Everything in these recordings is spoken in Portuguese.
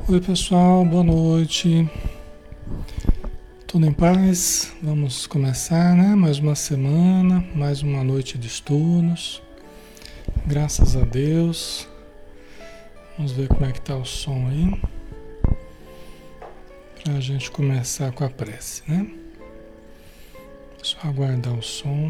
Oi pessoal, boa noite. Tudo em paz? Vamos começar, né? Mais uma semana, mais uma noite de estudos. Graças a Deus. Vamos ver como é que tá o som aí. Pra gente começar com a prece, né? Só aguardar o som.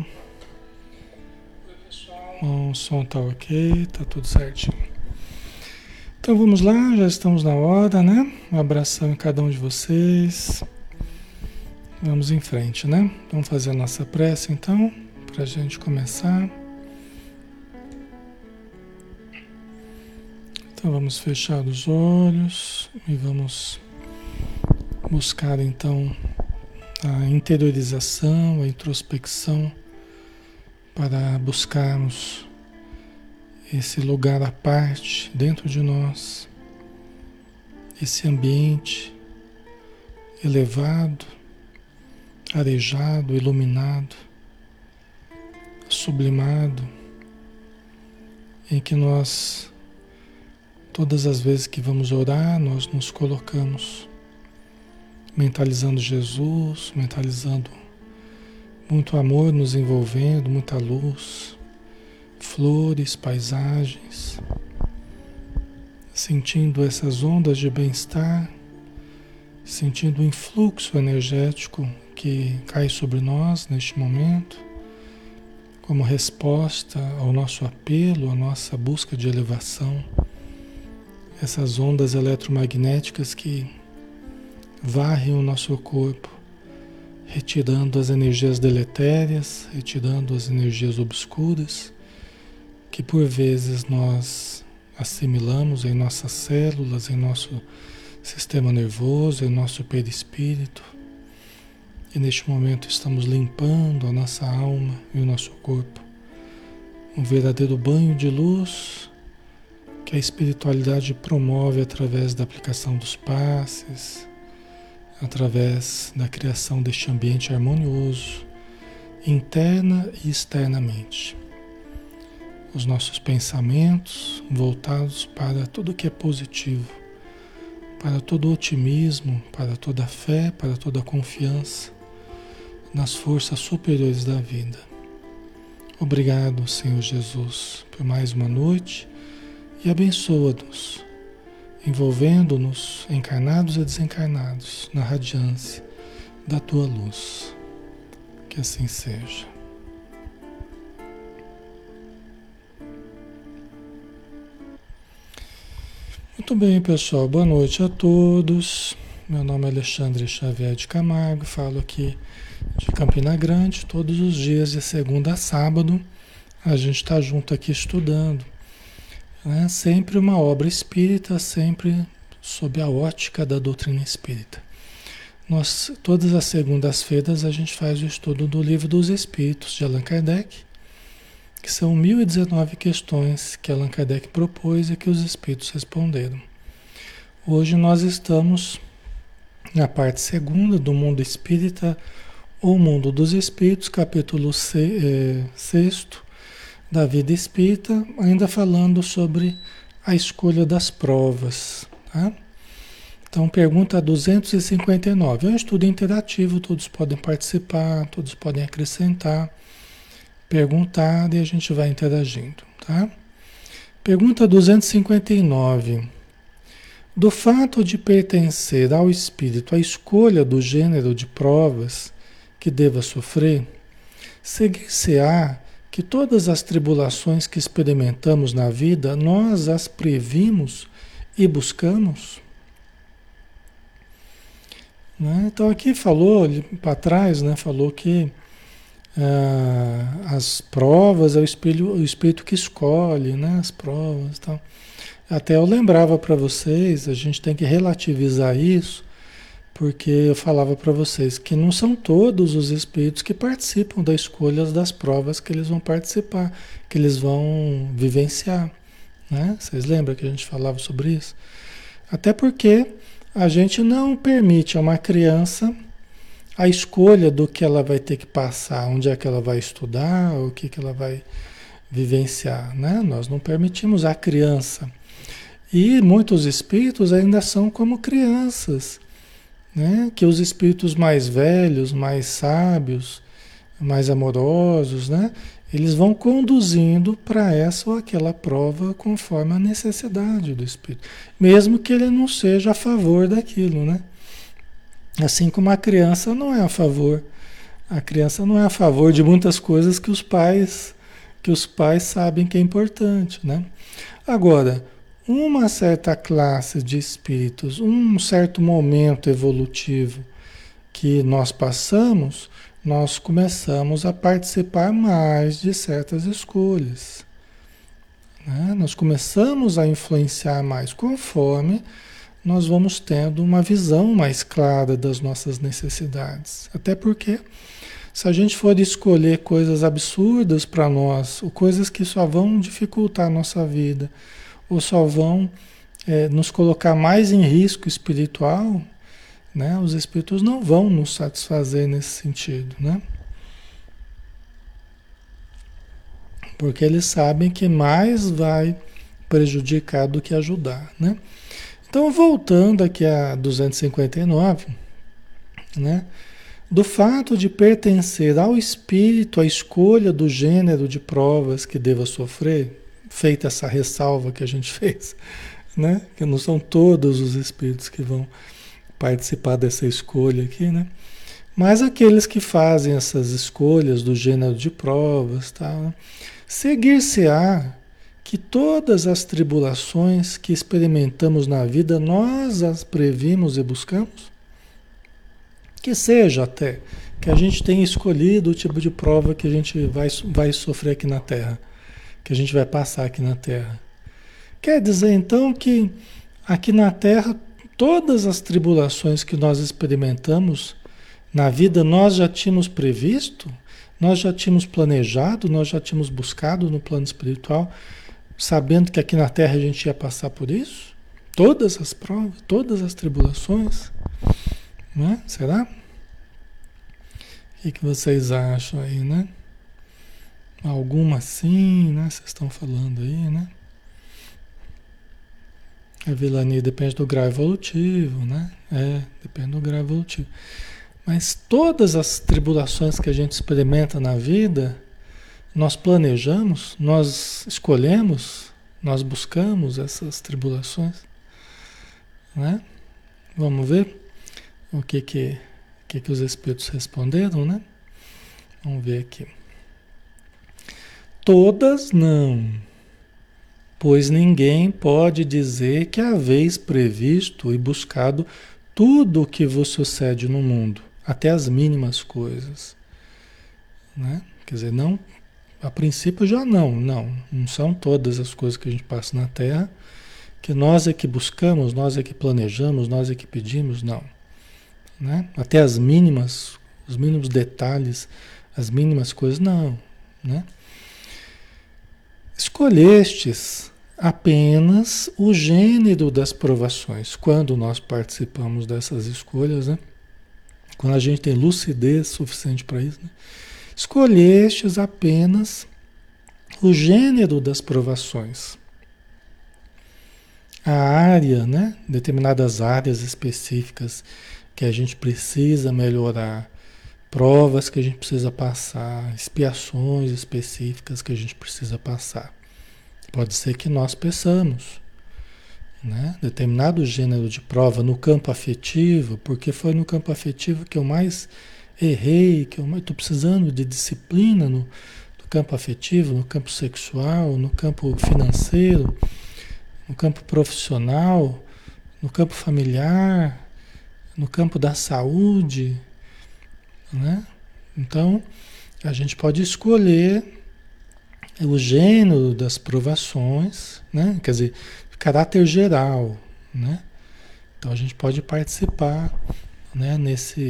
Bom, o som tá ok, tá tudo certinho. Então vamos lá, já estamos na hora, né? Um abração em cada um de vocês. Vamos em frente, né? Vamos fazer a nossa prece então, para a gente começar. Então vamos fechar os olhos e vamos buscar então a interiorização, a introspecção, para buscarmos esse lugar à parte dentro de nós, esse ambiente elevado, arejado, iluminado, sublimado, em que nós, todas as vezes que vamos orar, nós nos colocamos mentalizando Jesus, mentalizando muito amor nos envolvendo, muita luz, flores, paisagens, sentindo essas ondas de bem-estar, sentindo o influxo energético que cai sobre nós neste momento, como resposta ao nosso apelo, à nossa busca de elevação, essas ondas eletromagnéticas que varrem o nosso corpo, retirando as energias deletérias, retirando as energias obscuras, que por vezes nós assimilamos em nossas células, em nosso sistema nervoso, em nosso perispírito. E neste momento estamos limpando a nossa alma e o nosso corpo. Um verdadeiro banho de luz que a espiritualidade promove através da aplicação dos passes, através da criação deste ambiente harmonioso, interna e externamente. Os nossos pensamentos voltados para tudo que é positivo, para todo otimismo, para toda fé, para toda confiança nas forças superiores da vida. Obrigado, Senhor Jesus, por mais uma noite e abençoa-nos, envolvendo-nos, encarnados e desencarnados, na radiância da Tua luz. Que assim seja. Muito bem, pessoal. Boa noite a todos. Meu nome é Alexandre Xavier de Camargo, falo aqui de Campina Grande. Todos os dias, de segunda a sábado, a gente está junto aqui estudando, né? Sempre uma obra espírita, sempre sob a ótica da doutrina espírita. Nós, todas as segundas-feiras, a gente faz o estudo do Livro dos Espíritos, de Allan Kardec, que são 1019 questões que Allan Kardec propôs e que os espíritos responderam. Hoje nós estamos na parte segunda do Mundo Espírita, ou Mundo dos Espíritos, capítulo 6 da Vida Espírita, ainda falando sobre a escolha das provas. Tá? Então, pergunta 259. É um estudo interativo, todos podem participar, todos podem acrescentar, perguntar e a gente vai interagindo, tá? Pergunta 259. Do fato de pertencer ao espírito à escolha do gênero de provas que deva sofrer, seguir-se-á que todas as tribulações que experimentamos na vida, nós as previmos e buscamos? Né? Então aqui falou, para trás, né, falou que as provas é o espírito que escolhe, né, as provas e tal. Até eu lembrava para vocês, a gente tem que relativizar isso, porque eu falava para vocês que não são todos os espíritos que participam da escolha das provas que eles vão participar, que eles vão vivenciar, né? Vocês lembram que a gente falava sobre isso? Até porque a gente não permite a uma criança a escolha do que ela vai ter que passar, onde é que ela vai estudar, o que ela vai vivenciar, né? Nós não permitimos à criança E muitos espíritos ainda são como crianças, né? Que os espíritos mais velhos, mais sábios, mais amorosos, né? Eles vão conduzindo para essa ou aquela prova conforme a necessidade do espírito, mesmo que ele não seja a favor daquilo, né? Assim como a criança não é a favor, a criança não é a favor de muitas coisas que os pais sabem que é importante, né? Agora, uma certa classe de espíritos, um certo momento evolutivo que nós passamos, nós começamos a participar mais de certas escolhas, né? Nós começamos a influenciar mais conforme nós vamos tendo uma visão mais clara das nossas necessidades. Até porque, se a gente for escolher coisas absurdas para nós, ou coisas que só vão dificultar a nossa vida, ou só vão nos colocar mais em risco espiritual, né? Os espíritos não vão nos satisfazer nesse sentido, né? Porque eles sabem que mais vai prejudicar do que ajudar, né? Então, voltando aqui a 259, né? Do fato de pertencer ao espírito a escolha do gênero de provas que deva sofrer, feita essa ressalva que a gente fez, né? Que não são todos os espíritos que vão participar dessa escolha aqui, né? Mas aqueles que fazem essas escolhas do gênero de provas, tá, né? Seguir-se-á que todas as tribulações que experimentamos na vida, nós as previmos e buscamos? Que seja até que a gente tenha escolhido o tipo de prova que a gente vai sofrer aqui na Terra, que a gente vai passar aqui na Terra. Quer dizer, então, que aqui na Terra, todas as tribulações que nós experimentamos na vida, nós já tínhamos previsto, nós já tínhamos planejado, nós já tínhamos buscado no plano espiritual, sabendo que aqui na Terra a gente ia passar por isso? Todas as provas, todas as tribulações, né? Será? O que vocês acham aí, né? Alguma sim, né? Vocês estão falando aí, né? A vilania depende do grau evolutivo, né? Depende do grau evolutivo. Mas todas as tribulações que a gente experimenta na vida, nós planejamos, nós escolhemos, nós buscamos essas tribulações, né? Vamos ver o que os espíritos responderam, né? Vamos ver aqui. Todas não, pois ninguém pode dizer que haveis previsto e buscado tudo o que vos sucede no mundo, até as mínimas coisas, né? Quer dizer, não, a princípio já não são todas as coisas que a gente passa na Terra que nós é que buscamos, nós é que planejamos, nós é que pedimos, não, né? Até as mínimas, os mínimos detalhes, as mínimas coisas, não, né? Escolhestes apenas o gênero das provações, quando nós participamos dessas escolhas, né? Quando a gente tem lucidez suficiente para isso, né? Escolhestes apenas o gênero das provações, a área, né? Determinadas áreas específicas que a gente precisa melhorar, provas que a gente precisa passar, expiações específicas que a gente precisa passar. Pode ser que nós peçamos, né? Determinado gênero de prova no campo afetivo, porque foi no campo afetivo que eu mais errei, que eu estou precisando de disciplina no campo afetivo, no campo sexual, no campo financeiro, no campo profissional, no campo familiar, no campo da saúde, né? Então, a gente pode escolher o gênero das provações, né? Quer dizer, caráter geral, né? Então, a gente pode participar, né?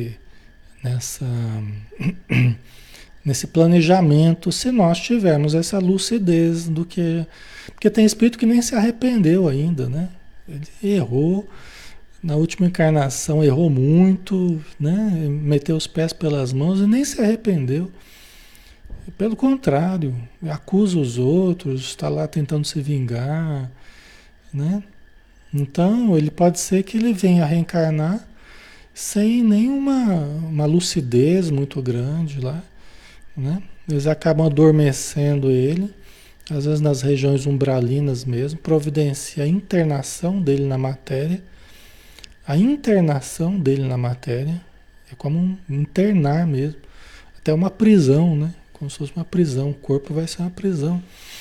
Nesse planejamento, se nós tivermos essa lucidez do que... Porque tem espírito que nem se arrependeu ainda, né? Ele errou, na última encarnação errou muito, né? Meteu os pés pelas mãos e nem se arrependeu. Pelo contrário, acusa os outros, está lá tentando se vingar, né? Então, ele pode ser que ele venha reencarnar sem nenhuma uma lucidez muito grande lá, né? Eles acabam adormecendo ele, às vezes nas regiões umbralinas mesmo, providencia a internação dele na matéria. A internação dele na matéria é como um internar mesmo, até uma prisão, né? Como se fosse uma prisão, o corpo vai ser uma prisão,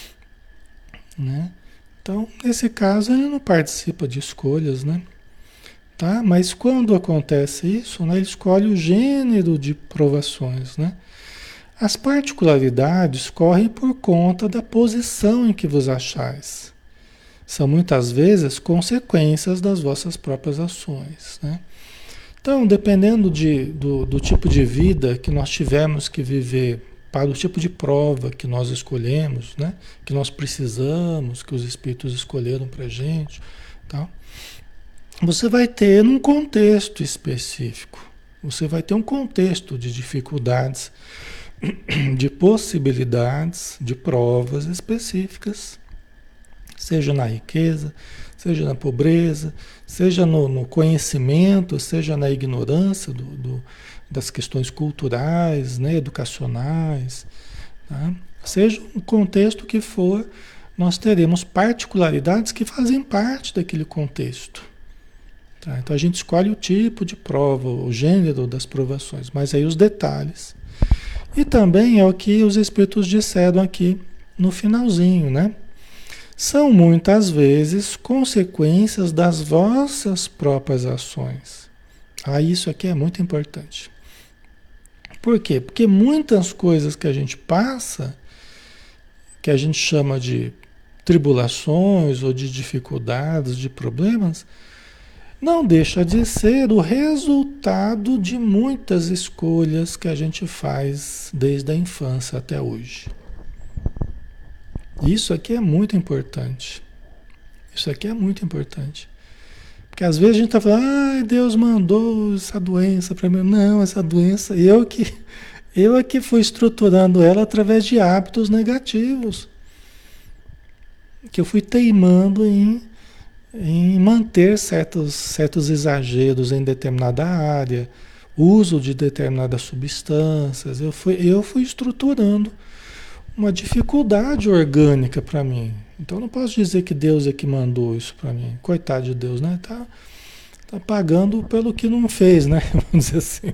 né? Então, nesse caso, ele não participa de escolhas, né? Tá? Mas quando acontece isso, né, ele escolhe o gênero de provações, né? As particularidades correm por conta da posição em que vos achais. São muitas vezes consequências das vossas próprias ações, né? Então, dependendo do tipo de vida que nós tivemos que viver, para o tipo de prova que nós escolhemos, né? Que nós precisamos, que os espíritos escolheram para a gente, tá? Você vai ter um contexto específico. Você vai ter um contexto de dificuldades, de possibilidades, de provas específicas, seja na riqueza, seja na pobreza, seja no conhecimento, seja na ignorância das questões culturais, né, educacionais, tá? Seja o contexto que for, nós teremos particularidades que fazem parte daquele contexto. Tá? Então a gente escolhe o tipo de prova, o gênero das provações, mas aí os detalhes. E também é o que os espíritos disseram aqui no finalzinho, né? São muitas vezes consequências das vossas próprias ações. Ah, isso aqui é muito importante. Por quê? Porque muitas coisas que a gente passa, que a gente chama de tribulações ou de dificuldades, de problemas, não deixa de ser o resultado de muitas escolhas que a gente faz desde a infância até hoje. Isso aqui é muito importante. Isso aqui é muito importante. Porque às vezes a gente está falando, ah, Deus mandou essa doença para mim. Não, essa doença, eu é que fui estruturando ela através de hábitos negativos. Que eu fui teimando em manter certos exageros em determinada área, uso de determinadas substâncias. Eu fui estruturando uma dificuldade orgânica para mim. Então não posso dizer que Deus é que mandou isso para mim. Coitado de Deus, né? Tá pagando pelo que não fez, né? Vamos dizer assim.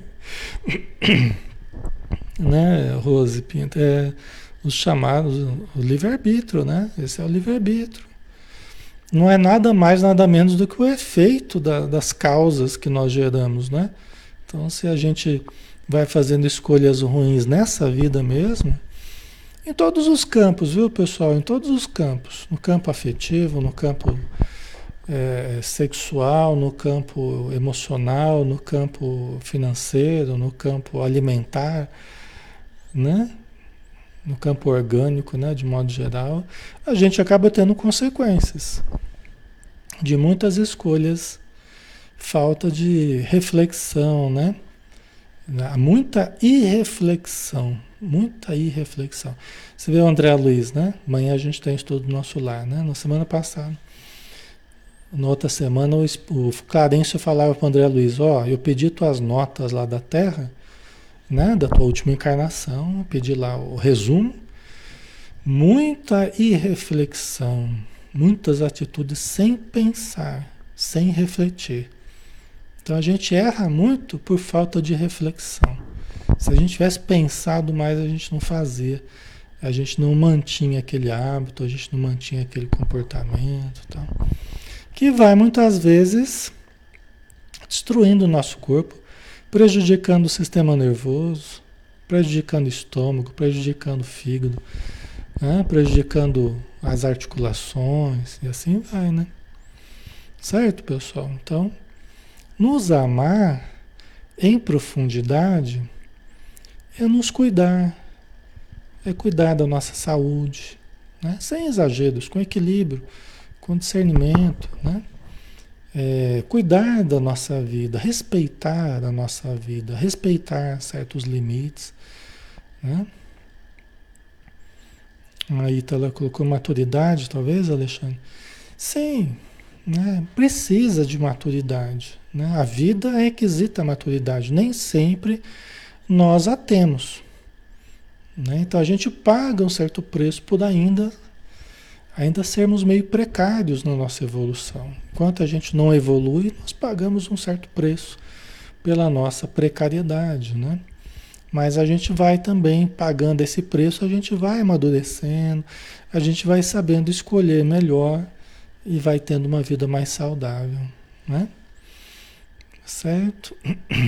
Né, Rose Pinto? É os chamados, o livre-arbítrio, né? Esse é o livre-arbítrio. Não é nada mais, nada menos do que o efeito das causas que nós geramos, né? Então, se a gente vai fazendo escolhas ruins nessa vida mesmo, em todos os campos, viu, pessoal? Em todos os campos. No campo afetivo, no campo sexual, no campo emocional, no campo financeiro, no campo alimentar, né? No campo orgânico, né? De modo geral, a gente acaba tendo consequências de muitas escolhas, falta de reflexão, né? Muita irreflexão. Muita irreflexão. Você vê o André Luiz, né? Amanhã a gente tem estudo do nosso lar, né? Na semana passada. Na outra semana, o Clarencio falava para o André Luiz, ó, eu pedi tuas notas lá da Terra, né? Da tua última encarnação, eu pedi lá o resumo. Muita irreflexão, muitas atitudes sem pensar, sem refletir. Então a gente erra muito por falta de reflexão. Se a gente tivesse pensado mais, a gente não fazia. A gente não mantinha aquele hábito, a gente não mantinha aquele comportamento, tal. Que vai muitas vezes destruindo o nosso corpo, prejudicando o sistema nervoso, prejudicando o estômago, prejudicando o fígado, né? Prejudicando as articulações e assim vai, né? Certo, pessoal? Então, nos amar em profundidade é nos cuidar, é cuidar da nossa saúde, né? Sem exageros, com equilíbrio, com discernimento, né? Cuidar da nossa vida, respeitar a nossa vida, respeitar certos limites, né? Aí ela colocou maturidade, talvez, Alexandre? Sim, né, precisa de maturidade, né? A vida requisita maturidade, nem sempre nós a temos, né? Então a gente paga um certo preço por ainda sermos meio precários na nossa evolução. Enquanto a gente não evolui, nós pagamos um certo preço pela nossa precariedade, né? Mas a gente vai também pagando esse preço, a gente vai amadurecendo, a gente vai sabendo escolher melhor e vai tendo uma vida mais saudável, né? Certo?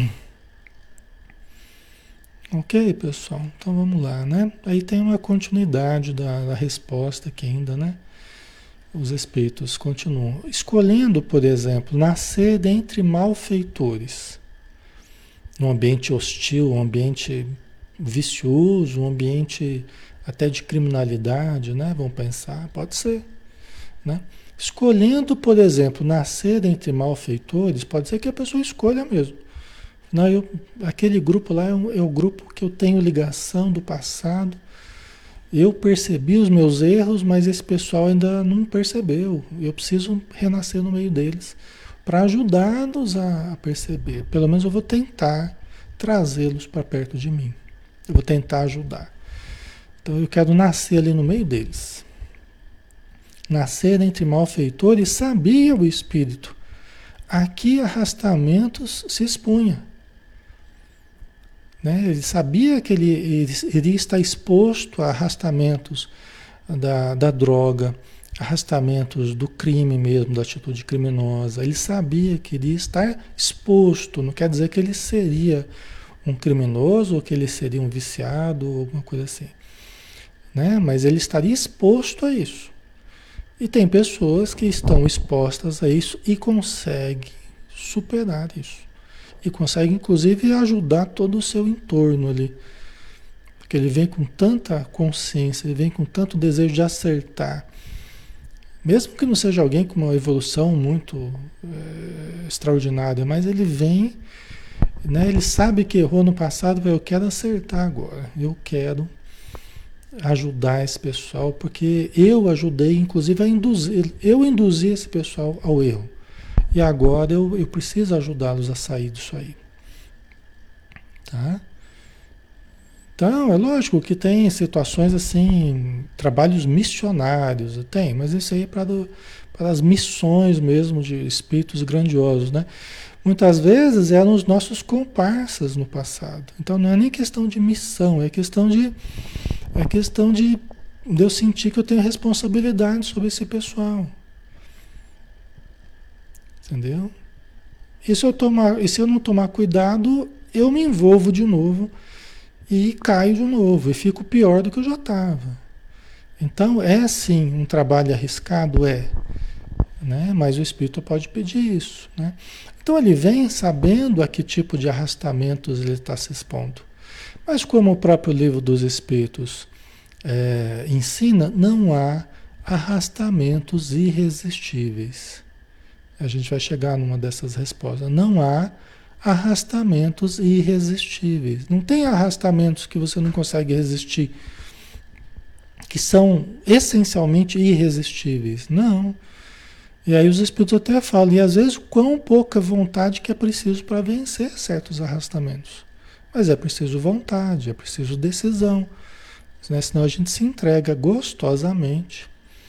Ok, pessoal. Então vamos lá, né? Aí tem uma continuidade da resposta aqui ainda, né? Os espíritos continuam. Escolhendo, por exemplo, nascer dentre malfeitores, num ambiente hostil, um ambiente vicioso, um ambiente até de criminalidade, né? Vamos pensar, pode ser, né? Escolhendo, por exemplo, nascer entre malfeitores, pode ser que a pessoa escolha mesmo. Não, aquele grupo lá é o grupo que eu tenho ligação do passado. Eu percebi os meus erros, mas esse pessoal ainda não percebeu. Eu preciso renascer no meio deles para ajudá-los a perceber. Pelo menos eu vou tentar trazê-los para perto de mim. Eu vou tentar ajudar. Então eu quero nascer ali no meio deles. Nascer entre malfeitores, sabia o espírito. A que arrastamentos se expunha. Né? Ele sabia que ele iria estar exposto a arrastamentos da droga, arrastamentos do crime mesmo, da atitude criminosa. Ele sabia que iria estar exposto, não quer dizer que ele seria um criminoso ou que ele seria um viciado ou alguma coisa assim. Né? Mas ele estaria exposto a isso. E tem pessoas que estão expostas a isso e conseguem superar isso. E conseguem, inclusive, ajudar todo o seu entorno ali. Porque ele vem com tanta consciência, ele vem com tanto desejo de acertar. Mesmo que não seja alguém com uma evolução muito extraordinária, mas ele vem, né, ele sabe que errou no passado, eu quero acertar agora, eu quero ajudar esse pessoal, porque eu ajudei, inclusive, eu induzi esse pessoal ao erro. E agora eu preciso ajudá-los a sair disso aí. Tá? Então, é lógico que tem situações assim, trabalhos missionários, tem, mas isso aí é para as missões mesmo de espíritos grandiosos, né? Muitas vezes eram os nossos comparsas no passado. Então não é nem questão de missão, é questão de eu sentir que eu tenho responsabilidade sobre esse pessoal. Entendeu? E se eu não tomar cuidado, eu me envolvo de novo e caio de novo e fico pior do que eu já estava. Então é sim um trabalho arriscado, né? Mas o espírito pode pedir isso, né? Então ele vem sabendo a que tipo de arrastamentos ele está se expondo. Mas como o próprio livro dos Espíritos ensina, não há arrastamentos irresistíveis. A gente vai chegar numa dessas respostas. Não há arrastamentos irresistíveis. Não tem arrastamentos que você não consegue resistir, que são essencialmente irresistíveis. Não. E aí os espíritos até falam, e às vezes quão pouca vontade que é preciso para vencer certos arrastamentos. Mas é preciso vontade, é preciso decisão. Né? Senão a gente se entrega gostosamente.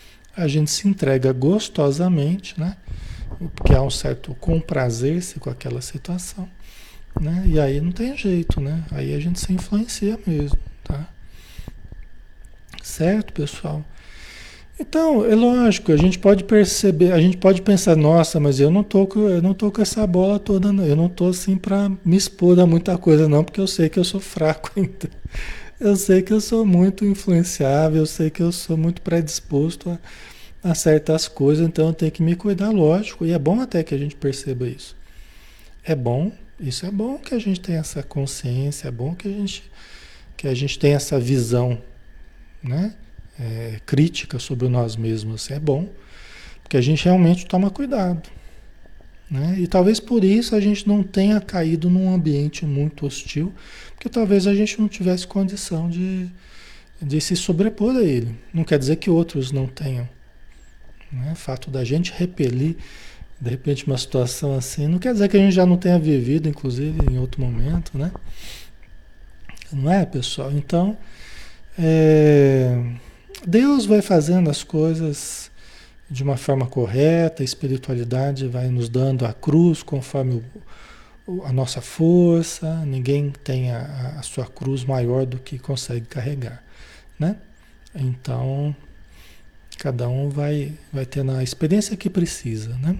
Né? Porque há um certo comprazer-se com aquela situação. Né? E aí não tem jeito, né? Aí a gente se influencia mesmo. Tá? Certo, pessoal? Então, é lógico, a gente pode perceber, a gente pode pensar, nossa, mas eu não tô com essa bola toda, não. Eu não tô assim para me expor a muita coisa, não, porque eu sei que eu sou fraco ainda. Eu sei que eu sou muito influenciável, eu sei que eu sou muito predisposto a certas coisas, então eu tenho que me cuidar, lógico, e é bom até que a gente perceba isso. É bom, isso é bom que a gente tenha essa consciência, é bom que a gente tenha essa visão, né? Crítica sobre nós mesmos, é bom, porque a gente realmente toma cuidado, né? E talvez por isso a gente não tenha caído num ambiente muito hostil, porque talvez a gente não tivesse condição de se sobrepor a ele. Não quer dizer que outros não tenham, Né? O fato da gente repelir, de repente, uma situação assim, não quer dizer que a gente já não tenha vivido, inclusive, em outro momento, né? Não é, pessoal? Então, é, Deus vai fazendo as coisas de uma forma correta, a espiritualidade vai nos dando a cruz conforme a nossa força, ninguém tem a sua cruz maior do que consegue carregar, né? Então, cada um vai tendo a experiência que precisa, né?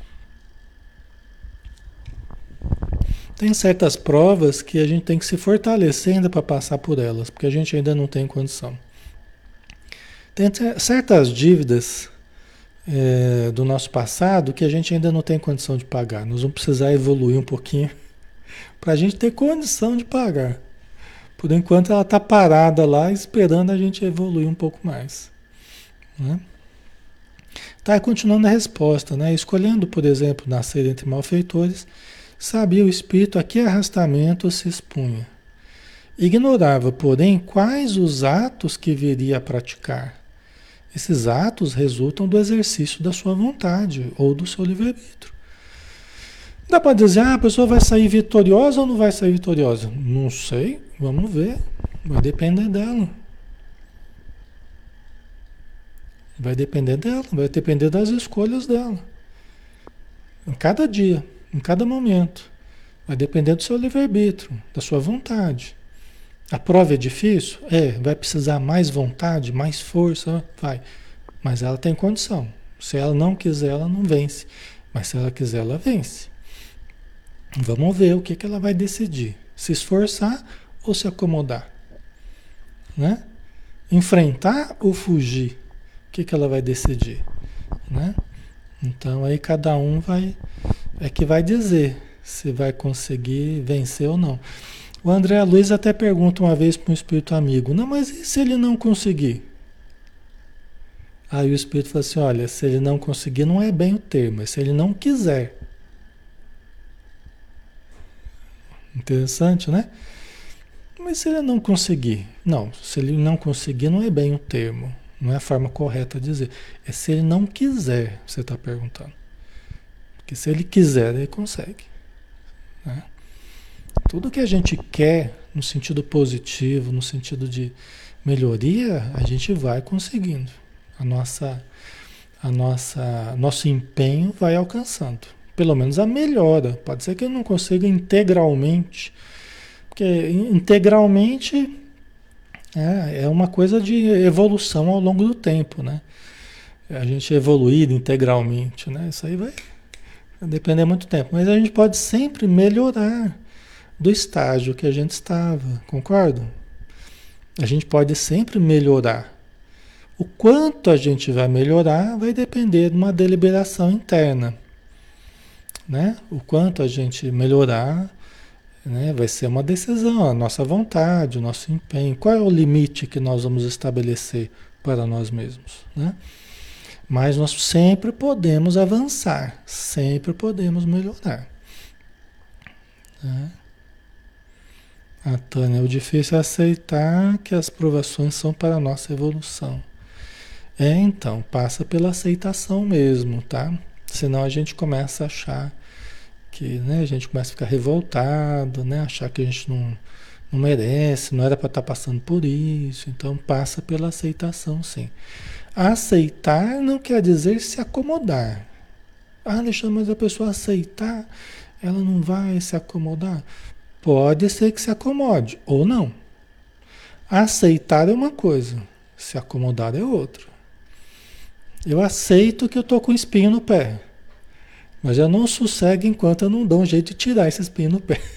Tem certas provas que a gente tem que se fortalecer ainda para passar por elas, porque a gente ainda não tem condição. Tem certas dívidas do nosso passado que a gente ainda não tem condição de pagar. Nós vamos precisar evoluir um pouquinho para a gente ter condição de pagar. Por enquanto ela está parada lá esperando a gente evoluir um pouco mais. Né? Tá, continuando a resposta, né? Escolhendo, por exemplo, nascer entre malfeitores, sabia o espírito a que arrastamento se expunha. Ignorava, porém, quais os atos que viria a praticar. Esses atos resultam do exercício da sua vontade ou do seu livre-arbítrio. Dá para dizer, a pessoa vai sair vitoriosa ou não vai sair vitoriosa? Não sei, vamos ver. Vai depender dela. Vai depender dela, vai depender das escolhas dela. Em cada dia, em cada momento. Vai depender do seu livre-arbítrio, da sua vontade. A prova é difícil? Vai precisar mais vontade, mais força? Vai. Mas ela tem condição. Se ela não quiser, ela não vence. Mas se ela quiser, ela vence. Vamos ver o que ela vai decidir. Se esforçar ou se acomodar. Né? Enfrentar ou fugir? O que ela vai decidir? Né? Então aí cada um vai dizer se vai conseguir vencer ou não. O André Luiz até pergunta uma vez para um espírito amigo, não, mas e se ele não conseguir? Aí o espírito fala assim, olha, se ele não conseguir não é bem o termo, é se ele não quiser. Interessante, né? Mas se ele não conseguir? Não, se ele não conseguir não é bem o termo, não é a forma correta de dizer. É se ele não quiser, você está perguntando. Porque se ele quiser, ele consegue. Né? Tudo que a gente quer, no sentido positivo, no sentido de melhoria, a gente vai conseguindo. Nosso empenho vai alcançando. Pelo menos a melhora. Pode ser que eu não consiga integralmente, porque integralmente é uma coisa de evolução ao longo do tempo, né? A gente evoluir integralmente, né? Isso aí vai depender muito tempo. Mas a gente pode sempre melhorar do estágio que a gente estava, concordo? A gente pode sempre melhorar. O quanto a gente vai melhorar vai depender de uma deliberação interna. Né? O quanto a gente melhorar, né, vai ser uma decisão, a nossa vontade, o nosso empenho. Qual é o limite que nós vamos estabelecer para nós mesmos? Né? Mas nós sempre podemos avançar, sempre podemos melhorar. Né? A Tânia, o difícil é aceitar que as provações são para a nossa evolução. Então, passa pela aceitação mesmo, tá? Senão a gente começa a achar que, né, a gente começa a ficar revoltado, né? Achar que a gente não merece, não era para estar passando por isso. Então, passa pela aceitação, sim. Aceitar não quer dizer se acomodar. Alexandre, mas a pessoa aceitar, ela não vai se acomodar? Pode ser que se acomode, ou não. Aceitar é uma coisa, se acomodar é outra. Eu aceito que eu estou com espinho no pé, mas eu não sossego enquanto eu não dou um jeito de tirar esse espinho no pé.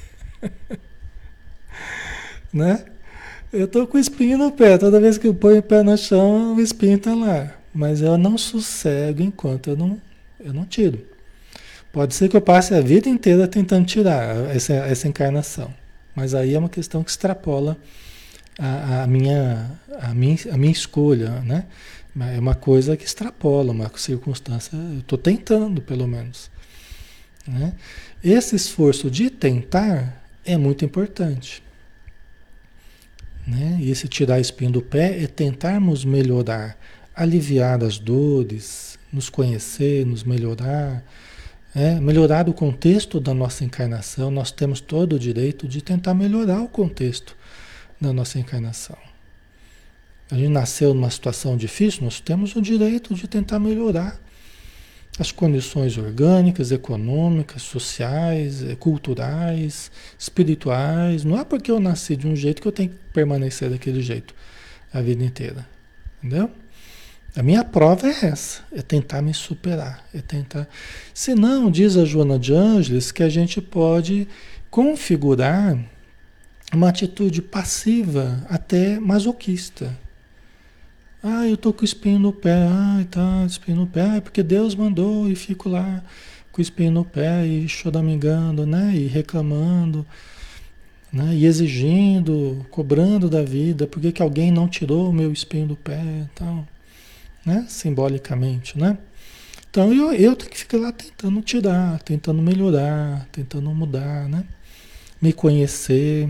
Né? Eu estou com espinho no pé, toda vez que eu ponho o pé no chão, o espinho está lá. Mas eu não sossego enquanto eu não tiro. Pode ser que eu passe a vida inteira tentando tirar essa encarnação. Mas aí é uma questão que extrapola a minha escolha, né? É uma coisa que extrapola, uma circunstância, eu estou tentando, pelo menos. Né? Esse esforço de tentar é muito importante. Né? E esse tirar espinho do pé é tentarmos melhorar aliviar as dores, nos conhecer, nos melhorar, melhorar o contexto da nossa encarnação. Nós temos todo o direito de tentar melhorar o contexto da nossa encarnação. A gente nasceu numa situação difícil, nós temos o direito de tentar melhorar as condições orgânicas, econômicas, sociais, culturais, espirituais. Não é porque eu nasci de um jeito que eu tenho que permanecer daquele jeito a vida inteira. Entendeu? A minha prova é essa, é tentar me superar, é tentar... Senão, diz a Joana de Ângeles, que a gente pode configurar uma atitude passiva, até masoquista. Ah, eu tô com o espinho no pé. Ah, tá, espinho no pé. É porque Deus mandou e fico lá com o espinho no pé e choramingando, né? E reclamando, né? E exigindo, cobrando da vida. Por que que alguém não tirou o meu espinho do pé e tal, né? Simbolicamente, né? Então eu tenho que ficar lá tentando tirar, tentando melhorar, tentando mudar, né? Me conhecer,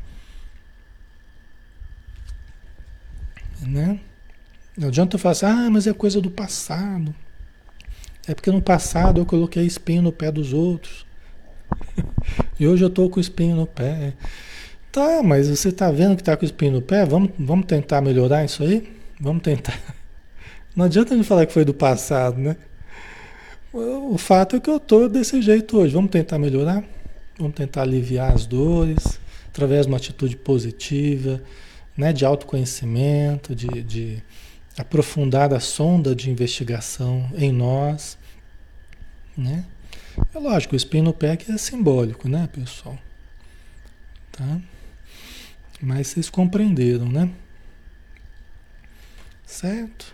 né? Não adianta eu falar assim, ah, mas é coisa do passado. É porque no passado eu coloquei espinho no pé dos outros. E hoje eu estou com espinho no pé. Tá, mas você está vendo que está com espinho no pé? Vamos tentar melhorar isso aí? Vamos tentar. Não adianta me falar que foi do passado, né? O fato é que eu estou desse jeito hoje. Vamos tentar melhorar? Vamos tentar aliviar as dores através de uma atitude positiva, né? De autoconhecimento, de aprofundar a sonda de investigação em nós, né? É lógico, o espinho no pé que é simbólico, né, pessoal? Tá? Mas vocês compreenderam, né? Certo?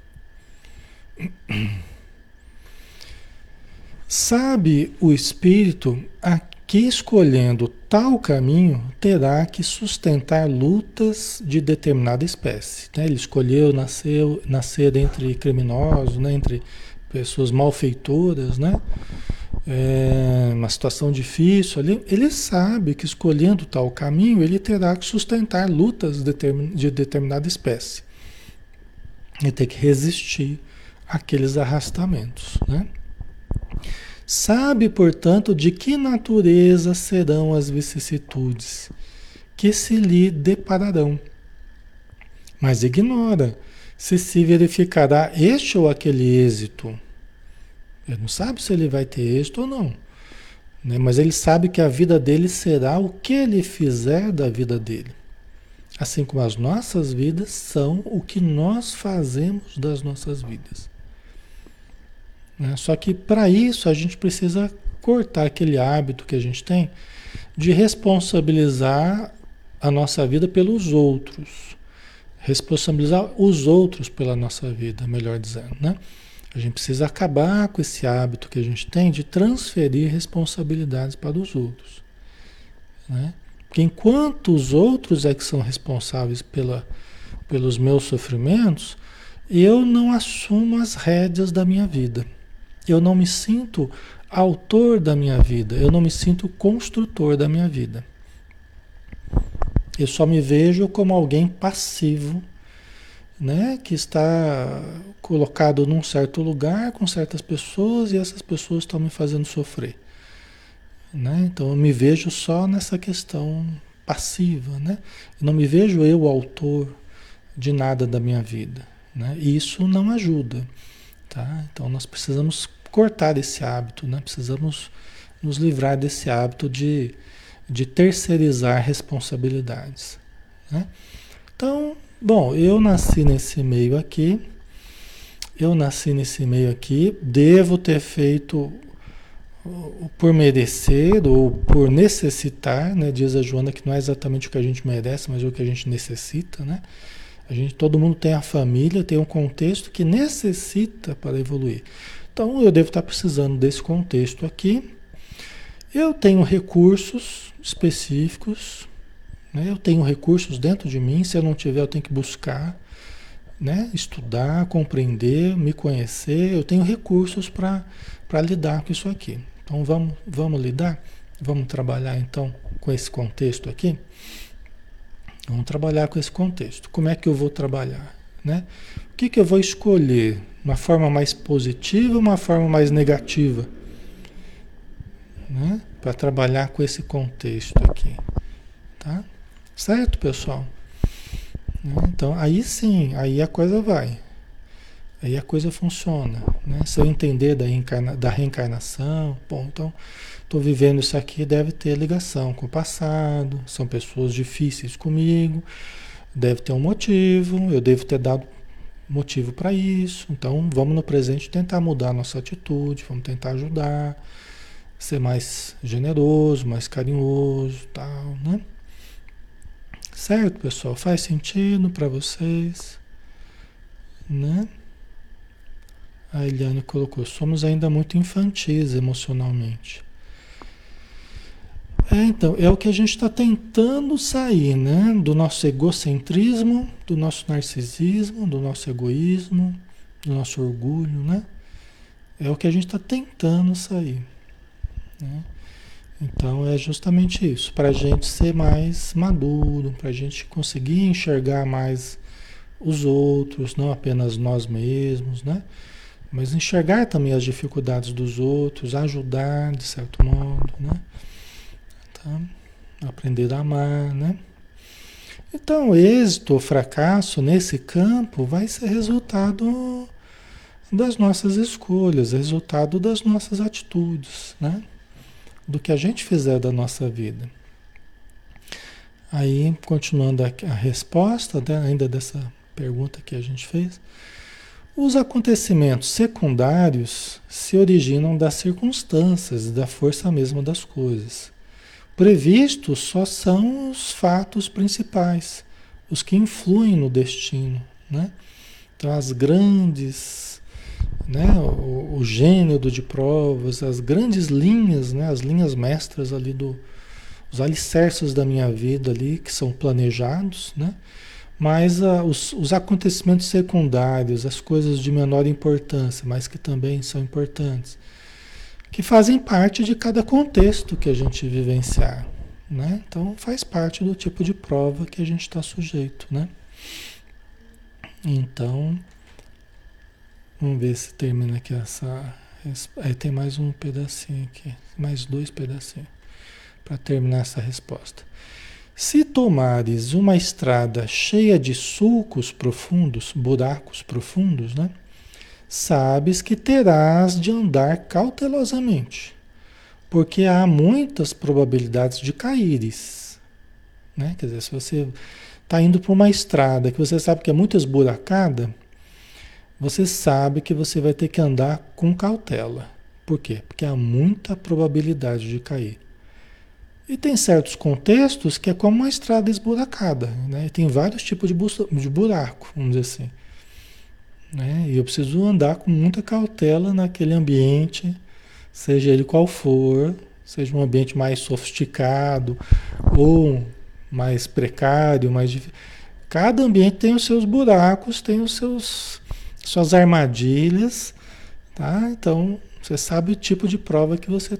Sabe o espírito a que escolhendo tal caminho terá que sustentar lutas de determinada espécie, né? Ele escolheu nascer entre criminosos, né? Entre pessoas malfeitoras, né? Uma situação difícil ali. Ele sabe que escolhendo tal caminho ele terá que sustentar lutas de determinada espécie. Ele tem que resistir àqueles arrastamentos, né? Sabe, portanto, de que natureza serão as vicissitudes que se lhe depararão, mas ignora se verificará este ou aquele êxito. Ele não sabe se ele vai ter êxito ou não, né? Mas ele sabe que a vida dele será o que ele fizer da vida dele. Assim como as nossas vidas são o que nós fazemos das nossas vidas. Só que para isso a gente precisa cortar aquele hábito que a gente tem de responsabilizar a nossa vida pelos outros. Responsabilizar os outros pela nossa vida, melhor dizendo, né? A gente precisa acabar com esse hábito que a gente tem de transferir responsabilidades para os outros, né? Porque enquanto os outros é que são responsáveis pelos meus sofrimentos, eu não assumo as rédeas da minha vida. Eu não me sinto autor da minha vida, eu não me sinto construtor da minha vida. Eu só me vejo como alguém passivo, né, que está colocado num certo lugar com certas pessoas e essas pessoas estão me fazendo sofrer, né? Então eu me vejo só nessa questão passiva, né? Eu não me vejo eu autor de nada da minha vida, né? E isso não ajuda. Tá? Então nós precisamos cortar esse hábito, né? Precisamos nos livrar desse hábito de terceirizar responsabilidades, né? Então, bom, eu nasci nesse meio aqui, devo ter feito por merecer ou por necessitar, né? Diz a Joana que não é exatamente o que a gente merece, mas o que a gente necessita, né? Todo mundo tem a família, tem um contexto que necessita para evoluir. Então eu devo estar precisando desse contexto aqui. Eu tenho recursos específicos, né? Eu tenho recursos dentro de mim. Se eu não tiver, eu tenho que buscar, né? Estudar, compreender, me conhecer. Eu tenho recursos para lidar com isso aqui. Então vamos lidar? Vamos trabalhar então com esse contexto aqui? Vamos trabalhar com esse contexto. Como é que eu vou trabalhar? né? O que eu vou escolher? Uma forma mais positiva ou uma forma mais negativa, né? Para trabalhar com esse contexto aqui, tá? Certo, pessoal? Então, aí sim, aí a coisa vai. Aí a coisa funciona, né? Se eu entender da reencarnação, bom, então estou vivendo isso aqui, deve ter ligação com o passado, são pessoas difíceis comigo, deve ter um motivo, eu devo ter dado motivo para isso. Então vamos no presente tentar mudar a nossa atitude, vamos tentar ajudar, ser mais generoso, mais carinhoso, tal, né? Certo, pessoal? Faz sentido para vocês, né? A Eliane colocou, somos ainda muito infantis emocionalmente. Então, é o que a gente está tentando sair, né? Do nosso egocentrismo, do nosso narcisismo, do nosso egoísmo, do nosso orgulho, né? É o que a gente está tentando sair, né? Então, é justamente isso, para a gente ser mais maduro, para a gente conseguir enxergar mais os outros, não apenas nós mesmos, né? Mas enxergar também as dificuldades dos outros, ajudar de certo modo, né? Tá? Aprender a amar, né? Então, êxito ou fracasso nesse campo vai ser resultado das nossas escolhas, resultado das nossas atitudes, né? Do que a gente fizer da nossa vida. Aí, continuando a resposta, né, ainda dessa pergunta que a gente fez, os acontecimentos secundários se originam das circunstâncias, da força mesma das coisas. Previstos só são os fatos principais, os que influem no destino, né? Então, as grandes, né, o gênero de provas, as grandes linhas, né, as linhas mestras ali os alicerces da minha vida ali, que são planejados, né? Mas os acontecimentos secundários, as coisas de menor importância, mas que também são importantes, que fazem parte de cada contexto que a gente vivenciar, né? Então faz parte do tipo de prova que a gente está sujeito, né? Então, vamos ver se termina aqui essa... Aí tem mais um pedacinho aqui, mais 2 pedacinhos, para terminar essa resposta. Se tomares uma estrada cheia de sulcos profundos, buracos profundos, né? Sabes que terás de andar cautelosamente, porque há muitas probabilidades de caíres, né? Quer dizer, se você está indo por uma estrada que você sabe que é muito esburacada, você sabe que você vai ter que andar com cautela. Por quê? Porque há muita probabilidade de cair. E tem certos contextos que é como uma estrada esburacada, né? Tem vários tipos de buraco, vamos dizer assim, né? E eu preciso andar com muita cautela naquele ambiente, seja ele qual for, seja um ambiente mais sofisticado ou mais precário, cada ambiente tem os seus buracos, tem os suas armadilhas, tá? Então, você sabe o tipo de prova que você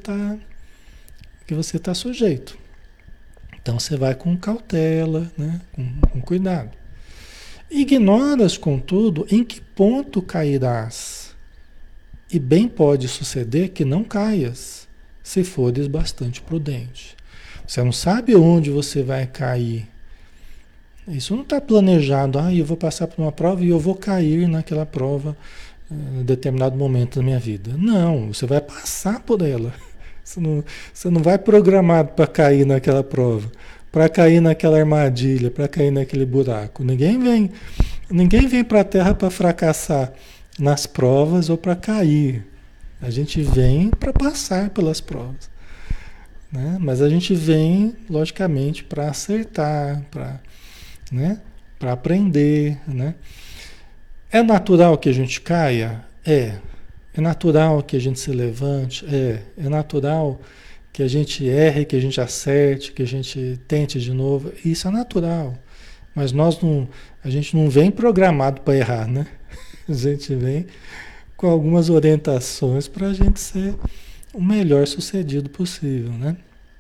está sujeito. Então você vai com cautela, né? Com cuidado. Ignoras, contudo, em que ponto cairás. E bem pode suceder que não caias, se fores bastante prudente. Você não sabe onde você vai cair. Isso não está planejado. Eu vou passar por uma prova e eu vou cair naquela prova em determinado momento da minha vida. Não, você vai passar por ela. Você não vai programado para cair naquela prova, para cair naquela armadilha, para cair naquele buraco. Ninguém vem para a Terra para fracassar nas provas ou para cair. A gente vem para passar pelas provas, né? Mas a gente vem, logicamente, para acertar, né? Para aprender, né? É natural que a gente caia? É. É natural que a gente se levante? É natural que a gente erre, que a gente acerte, que a gente tente de novo? Isso é natural. Mas a gente não vem programado para errar, né? A gente vem com algumas orientações para a gente ser o melhor sucedido possível, né?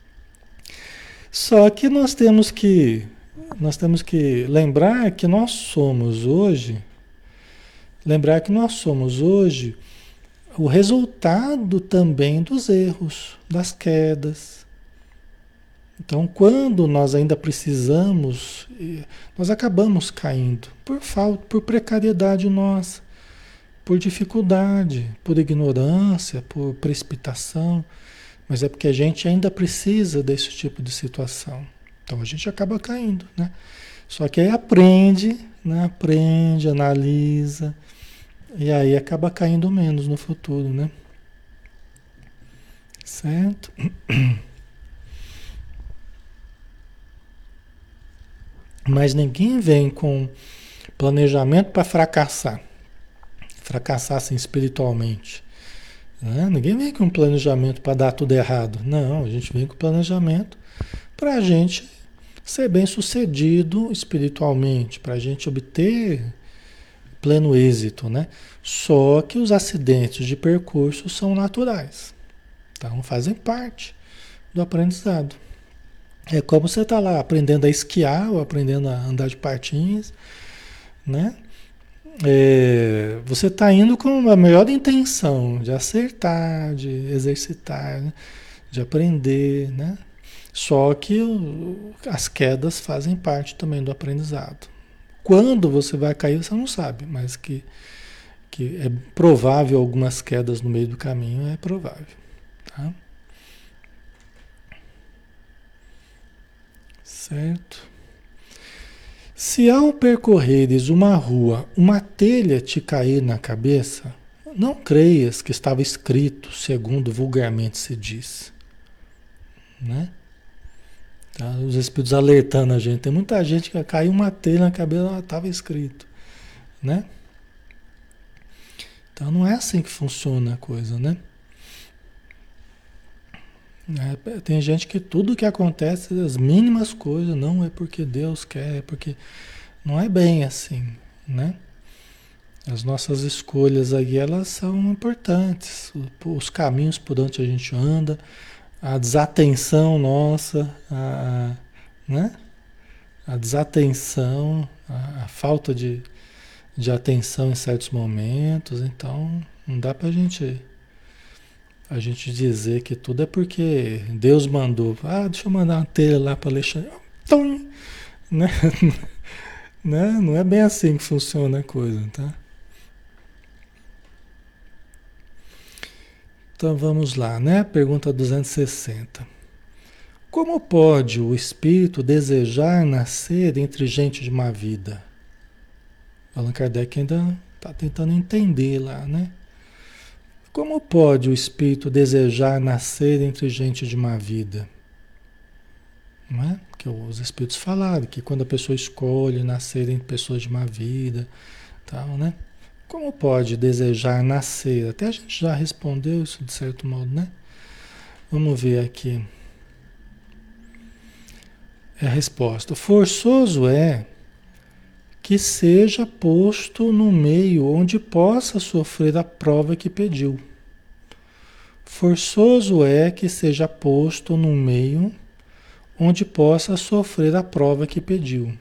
Só que nós temos que lembrar que nós somos hoje, Lembrar que nós somos hoje o resultado também dos erros, das quedas. Então, quando nós ainda precisamos, nós acabamos caindo por falta, por precariedade nossa, por dificuldade, por ignorância, por precipitação, mas é porque a gente ainda precisa desse tipo de situação. Então a gente acaba caindo, né? Só que aí aprende, né? Aprende, analisa, e aí acaba caindo menos no futuro, né? Certo? Mas ninguém vem com planejamento para fracassar. Fracassar assim espiritualmente. Né? Ninguém vem com planejamento para dar tudo errado. Não, a gente vem com planejamento para a gente ser bem sucedido espiritualmente, para a gente obter pleno êxito, né? Só que os acidentes de percurso são naturais. Então fazem parte do aprendizado. É como você está lá aprendendo a esquiar ou aprendendo a andar de patins, né? Você está indo com a melhor intenção de acertar, de exercitar, né? De aprender, né? Só que as quedas fazem parte também do aprendizado. Quando você vai cair, você não sabe, mas que é provável algumas quedas no meio do caminho, é provável. Tá? Certo? Se ao percorreres uma rua, uma telha te cair na cabeça, não creias que estava escrito, segundo vulgarmente se diz. Né? Tá? Os espíritos alertando a gente. Tem muita gente que caiu uma telha na cabeça, estava escrito. Né? Então não é assim que funciona a coisa, né? Tem gente que tudo que acontece, as mínimas coisas, não é porque Deus quer, é porque não é bem assim, né? As nossas escolhas aí, elas são importantes, os caminhos por onde a gente anda, a desatenção nossa, né? A desatenção, a falta de atenção em certos momentos, então não dá pra a gente dizer que tudo é porque Deus mandou. Ah, deixa eu mandar uma telha lá para Alexandre. Tum! Né? Né? Não é bem assim que funciona a coisa, tá? Então vamos lá, né? Pergunta 260. Como pode o espírito desejar nascer entre gente de má vida? Allan Kardec ainda está tentando entender lá, né? Como pode o espírito desejar nascer entre gente de má vida? Não é? Porque os espíritos falaram que quando a pessoa escolhe nascer entre pessoas de má vida, tal, né? Como pode desejar nascer? Até a gente já respondeu isso de certo modo, né? Vamos ver aqui. É a resposta. Forçoso é que seja posto no meio onde possa sofrer a prova que pediu. Forçoso é que seja posto no meio onde possa sofrer a prova que pediu.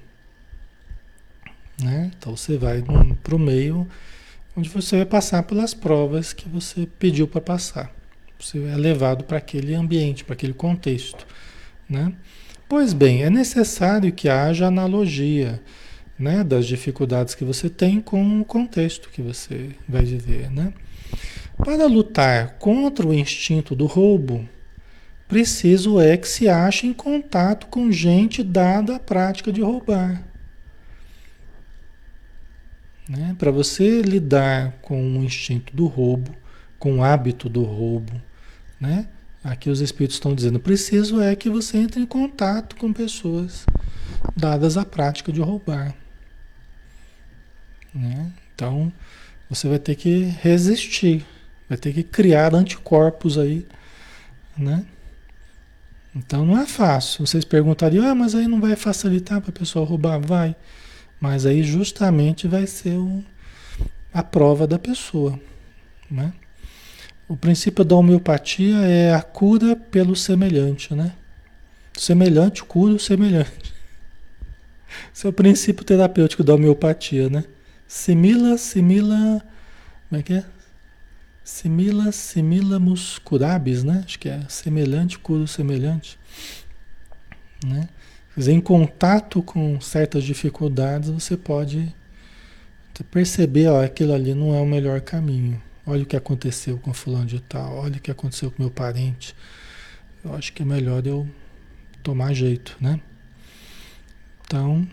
Né? Então você vai para o meio onde você vai passar pelas provas que você pediu para passar. Você é levado para aquele ambiente, para aquele contexto. Né? Pois bem, é necessário que haja analogia, né, das dificuldades que você tem com o contexto que você vai viver, né? Para lutar contra o instinto do roubo, preciso é que se ache em contato com gente dada à prática de roubar. Né? Para você lidar com o instinto do roubo, com o hábito do roubo, né? Aqui os espíritos estão dizendo, preciso é que você entre em contato com pessoas dadas à prática de roubar. Né? Então, você vai ter que resistir, vai ter que criar anticorpos aí, né? Então, não é fácil. Vocês perguntariam, mas aí não vai facilitar para a pessoa roubar? Vai. Mas aí justamente vai ser a prova da pessoa, né? O princípio da homeopatia é a cura pelo semelhante, né? Semelhante cura o semelhante. Esse é o princípio terapêutico da homeopatia, né? Simila, como é que é? Similamus curabis, né? Acho que é semelhante, curo semelhante, né? Quer dizer, em contato com certas dificuldades, você pode perceber, ó, aquilo ali não é o melhor caminho. Olha o que aconteceu com fulano de tal, olha o que aconteceu com meu parente. Eu acho que é melhor eu tomar jeito, né? Então,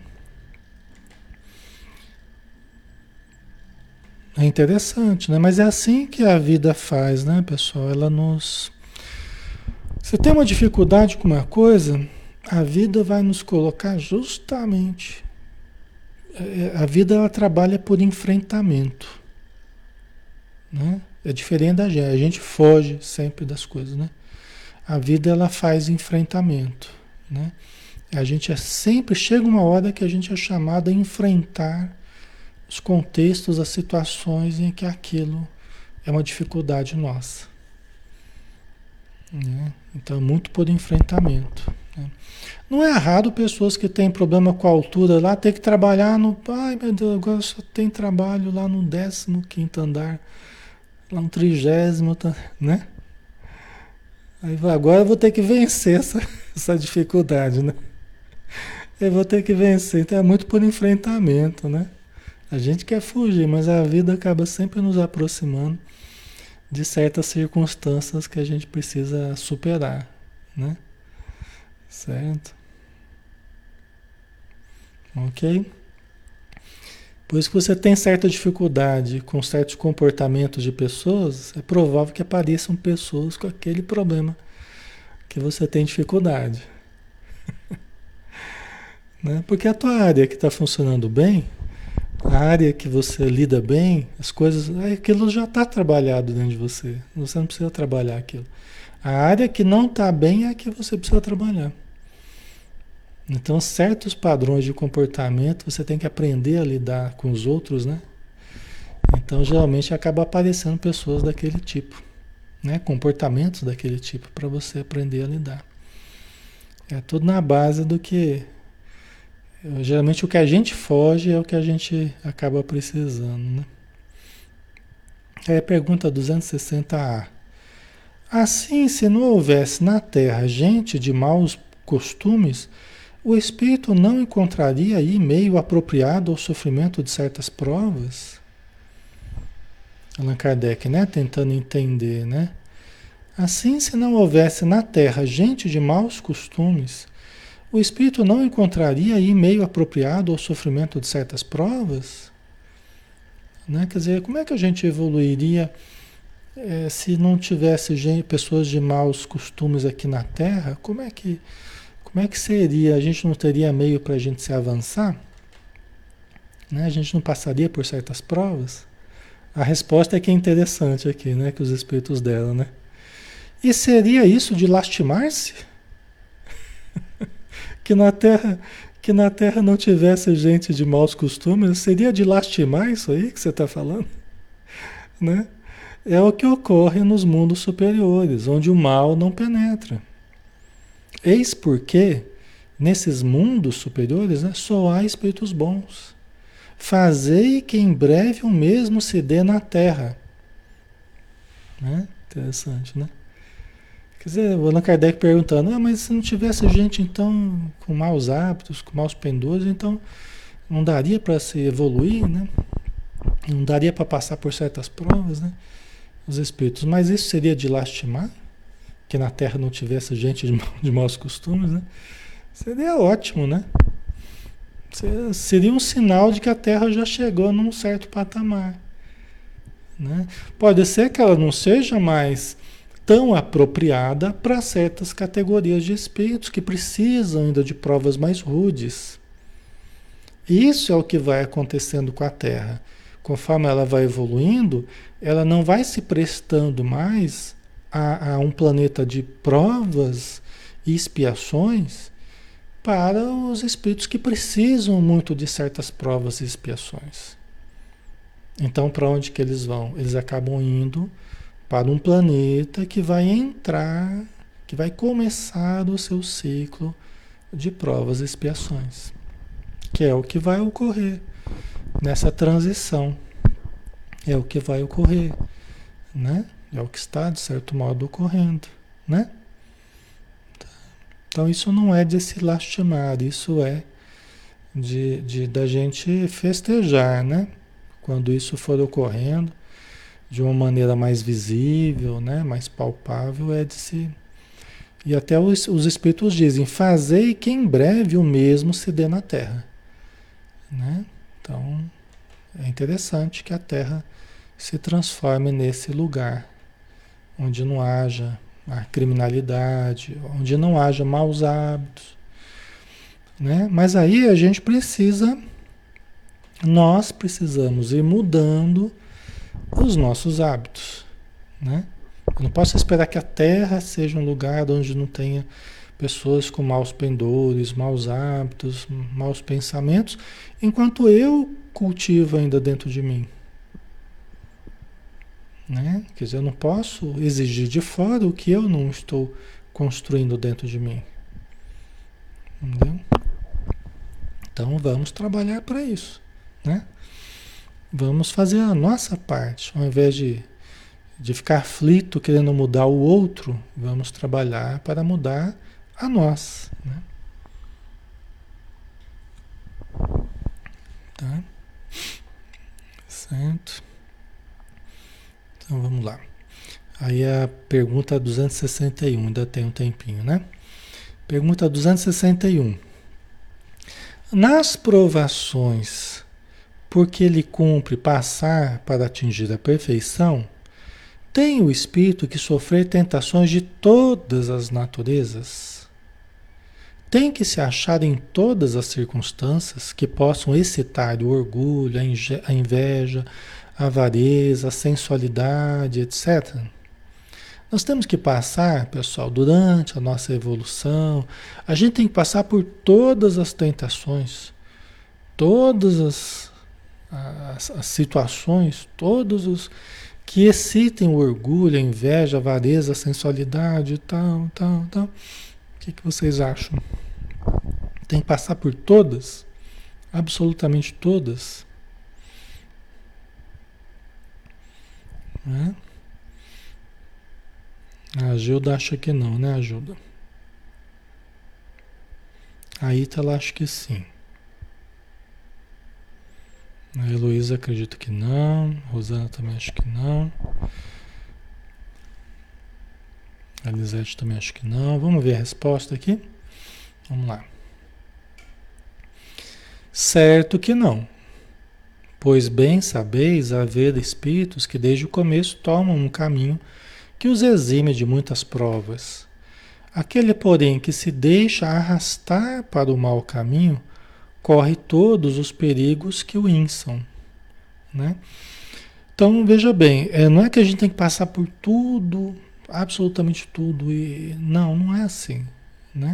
é interessante, né? Mas é assim que a vida faz, né, pessoal? Ela nos... Você tem uma dificuldade com uma coisa, a vida vai nos colocar justamente... A vida, ela trabalha por enfrentamento, né? É diferente da gente. A gente foge sempre das coisas, né? A vida, ela faz enfrentamento, né? A gente sempre... Chega uma hora que a gente é chamado a enfrentar os contextos, as situações em que aquilo é uma dificuldade nossa, né? Então, é muito por enfrentamento, né? Não é raro pessoas que têm problema com a altura lá, ter que trabalhar no... Ai, meu Deus, agora só tem trabalho lá no 15º andar, lá no 30º, né? Aí agora eu vou ter que vencer essa dificuldade, né? Eu vou ter que vencer, então é muito por enfrentamento, né? A gente quer fugir, mas a vida acaba sempre nos aproximando de certas circunstâncias que a gente precisa superar, né? Certo? Ok? Por isso que você tem certa dificuldade com certos comportamentos de pessoas, é provável que apareçam pessoas com aquele problema que você tem dificuldade, né? Porque a tua área que está funcionando bem, a área que você lida bem, as coisas, aquilo já está trabalhado dentro de você. Você não precisa trabalhar aquilo. A área que não está bem é a que você precisa trabalhar. Então, certos padrões de comportamento você tem que aprender a lidar com os outros, né? Então, geralmente acaba aparecendo pessoas daquele tipo, né? Comportamentos daquele tipo para você aprender a lidar. É tudo na base do que... Geralmente o que a gente foge é o que a gente acaba precisando, né? Pergunta 260A. Assim, se não houvesse na Terra gente de maus costumes, o espírito não encontraria aí meio apropriado ao sofrimento de certas provas? Allan Kardec, né? Tentando entender, né? Assim, se não houvesse na Terra gente de maus costumes, o espírito não encontraria aí meio apropriado ao sofrimento de certas provas? Né? Quer dizer, como é que a gente evoluiria se não tivesse pessoas de maus costumes aqui na Terra? Como é que seria? A gente não teria meio para a gente se avançar? Né? A gente não passaria por certas provas? A resposta é que é interessante aqui, né? Que os espíritos deram, né? E seria isso de lastimar-se? Que na Terra não tivesse gente de maus costumes? Seria de lastimar isso aí que você está falando? Né? É o que ocorre nos mundos superiores, onde o mal não penetra. Eis porque, nesses mundos superiores, né, só há espíritos bons. Fazei que em breve o mesmo se dê na Terra. Né? Interessante, né? Quer dizer, o Allan Kardec perguntando, mas se não tivesse gente então com maus hábitos, com maus pendores, então não daria para se evoluir, né? Não daria para passar por certas provas, né? Os espíritos. Mas isso seria de lastimar? Que na Terra não tivesse gente de maus costumes, né? Seria ótimo, né? Seria um sinal de que a Terra já chegou num certo patamar, né? Pode ser que ela não seja mais tão apropriada para certas categorias de espíritos que precisam ainda de provas mais rudes. Isso é o que vai acontecendo com a Terra. Conforme ela vai evoluindo, ela não vai se prestando mais a um planeta de provas e expiações para os espíritos que precisam muito de certas provas e expiações. Então, para onde que eles vão? Eles acabam indo para um planeta que vai entrar, que vai começar o seu ciclo de provas e expiações, que é o que vai ocorrer nessa transição. É o que vai ocorrer, né? É o que está, de certo modo, ocorrendo, né? Então isso não é de se lastimar, isso é da gente festejar, né? Quando isso for ocorrendo de uma maneira mais visível, né? Mais palpável, é de se... E até os Espíritos dizem, fazei que em breve o mesmo se dê na Terra, né? Então, é interessante que a Terra se transforme nesse lugar, onde não haja a criminalidade, onde não haja maus hábitos, né? Mas aí a gente nós precisamos ir mudando os nossos hábitos, né? Eu não posso esperar que a Terra seja um lugar onde não tenha pessoas com maus pendores, maus hábitos, maus pensamentos, enquanto eu cultivo ainda dentro de mim, né? Quer dizer, eu não posso exigir de fora o que eu não estou construindo dentro de mim, entendeu? Então vamos trabalhar para isso, né? Vamos fazer a nossa parte, ao invés de ficar aflito querendo mudar o outro, vamos trabalhar para mudar a nós, né? Tá? Certo? Então vamos lá. Aí a pergunta 261, ainda tem um tempinho, né? Pergunta 261. Nas provações, porque ele cumpre passar para atingir a perfeição, tem o espírito que sofrer tentações de todas as naturezas? Tem que se achar em todas as circunstâncias que possam excitar o orgulho, a inveja, a avareza, a sensualidade, etc. Nós temos que passar, pessoal, durante a nossa evolução, a gente tem que passar por todas as tentações, todas as situações, todos os que excitem o orgulho, a inveja, a avareza, a sensualidade, tal, tal, tal. O que vocês acham? Tem que passar por todas? Absolutamente todas? Né? A Gilda acha que não, né, Gilda? A Ítala acha que sim. A Heloísa acredita que não. A Rosana também acha que não. A Elisete também acha que não. Vamos ver a resposta aqui? Vamos lá. Certo que não. Pois bem sabeis haver espíritos que desde o começo tomam um caminho que os exime de muitas provas. Aquele, porém, que se deixa arrastar para o mau caminho, corre todos os perigos que o inçam, né? Então, veja bem, não é que a gente tem que passar por tudo, absolutamente tudo, e não é assim, né?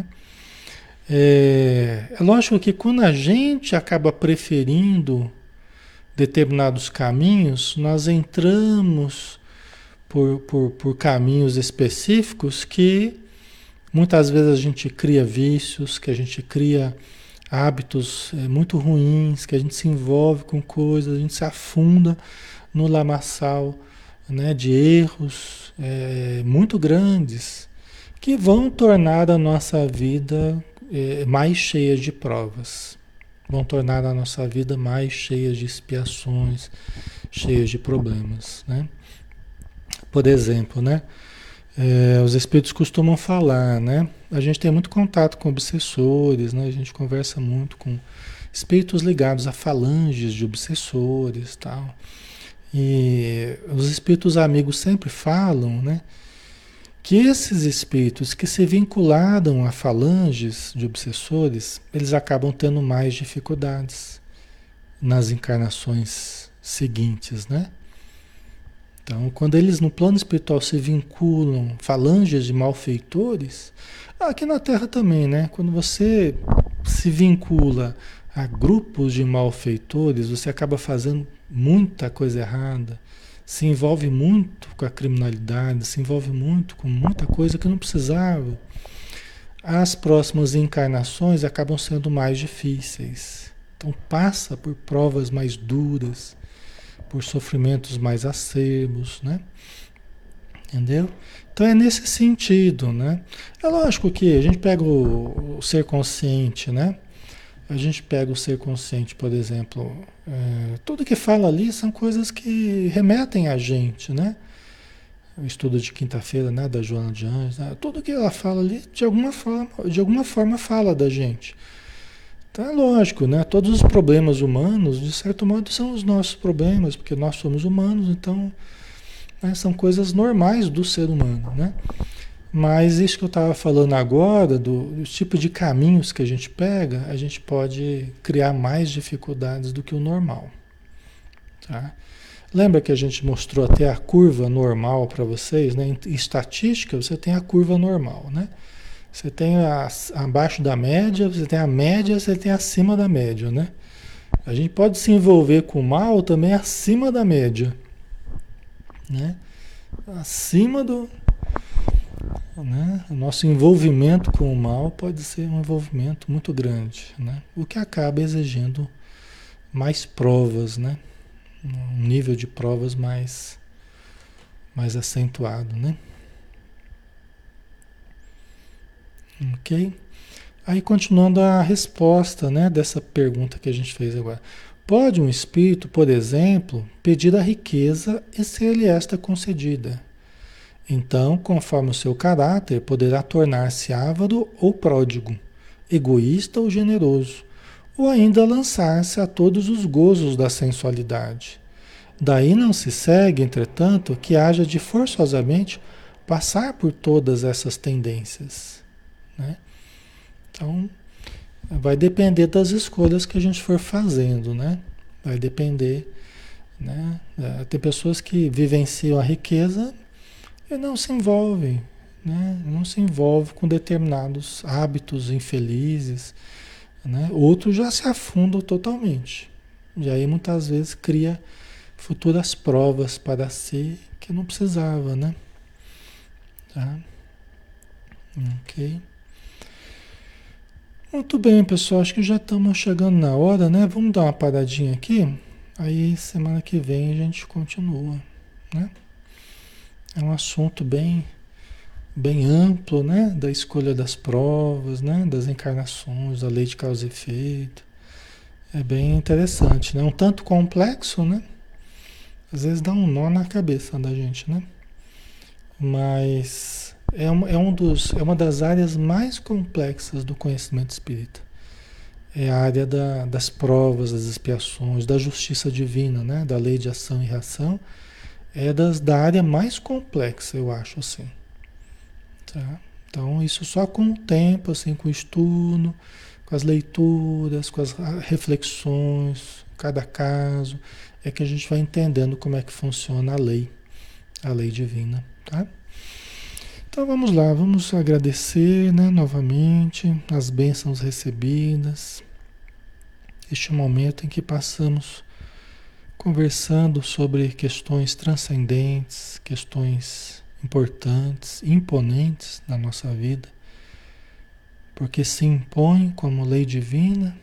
É lógico que quando a gente acaba preferindo determinados caminhos, nós entramos por caminhos específicos que muitas vezes a gente cria vícios, que a gente cria hábitos muito ruins, que a gente se envolve com coisas, a gente se afunda no lamaçal, né, de erros muito grandes que vão tornar a nossa vida mais cheia de provas, vão tornar a nossa vida mais cheia de expiações, cheia de problemas, né? Por exemplo, né? Os espíritos costumam falar, né? A gente tem muito contato com obsessores, né? A gente conversa muito com espíritos ligados a falanges de obsessores, tal. E os espíritos amigos sempre falam, né? Que esses espíritos que se vincularam a falanges de obsessores, eles acabam tendo mais dificuldades nas encarnações seguintes, né? Então, quando eles no plano espiritual se vinculam falanges de malfeitores, aqui na Terra também, né? Quando você se vincula a grupos de malfeitores, você acaba fazendo muita coisa errada, se envolve muito com a criminalidade, se envolve muito com muita coisa que não precisava. As próximas encarnações acabam sendo mais difíceis, Então passa por provas mais duras, por sofrimentos mais acerbos, né? Entendeu? Então é nesse sentido, né? É lógico que a gente pega o ser consciente, né? A gente pega o ser consciente, por exemplo, tudo que fala ali são coisas que remetem a gente, né? O estudo de quinta-feira, né, da Joana de Anjos, né? Tudo que ela fala ali, de alguma forma fala da gente. Então é lógico, né? Todos os problemas humanos, de certo modo, são os nossos problemas, porque nós somos humanos, então, né, são coisas normais do ser humano, né? Mas isso que eu estava falando agora, do tipo de caminhos que a gente pega, a gente pode criar mais dificuldades do que o normal, tá? Lembra que a gente mostrou até a curva normal para vocês, né? Em estatística, você tem a curva normal, né? Você tem abaixo da média, você tem a média, você tem acima da média, né? A gente pode se envolver com o mal também acima da média, né? Acima do, né? O nosso envolvimento com o mal pode ser um envolvimento muito grande, né? O que acaba exigindo mais provas, né? Um nível de provas mais acentuado, né? Ok? Aí continuando a resposta, né, dessa pergunta que a gente fez agora. Pode um espírito, por exemplo, pedir a riqueza e ser-lhe esta concedida? Então, conforme o seu caráter, poderá tornar-se avaro ou pródigo, egoísta ou generoso, ou ainda lançar-se a todos os gozos da sensualidade. Daí não se segue, entretanto, que haja de forçosamente passar por todas essas tendências, né? Então, vai depender das escolhas que a gente for fazendo, né? Vai depender, né? Tem pessoas que vivenciam a riqueza e não se envolvem, né? Não se envolvem com determinados hábitos infelizes, né? Outros já se afundam totalmente. E aí muitas vezes cria futuras provas para si que não precisava, né? Tá? Ok. Muito bem, pessoal. Acho que já estamos chegando na hora, né? Vamos dar uma paradinha aqui. Aí semana que vem a gente continua, né? É um assunto bem amplo, né? Da escolha das provas, né? Das encarnações, da lei de causa e efeito. É bem interessante, né? Um tanto complexo, né? Às vezes dá um nó na cabeça da gente, né? Mas é uma das áreas mais complexas do conhecimento espírita. É a área das provas, das expiações, da justiça divina, né? Da lei de ação e reação. É da área mais complexa, eu acho, assim. Tá? Então, isso só com o tempo, assim, com o estudo, com as leituras, com as reflexões, cada caso, é que a gente vai entendendo como é que funciona a lei divina, tá? Então vamos lá, vamos agradecer, né, novamente as bênçãos recebidas, este momento em que passamos conversando sobre questões transcendentes, questões importantes, imponentes na nossa vida, porque se impõem como lei divina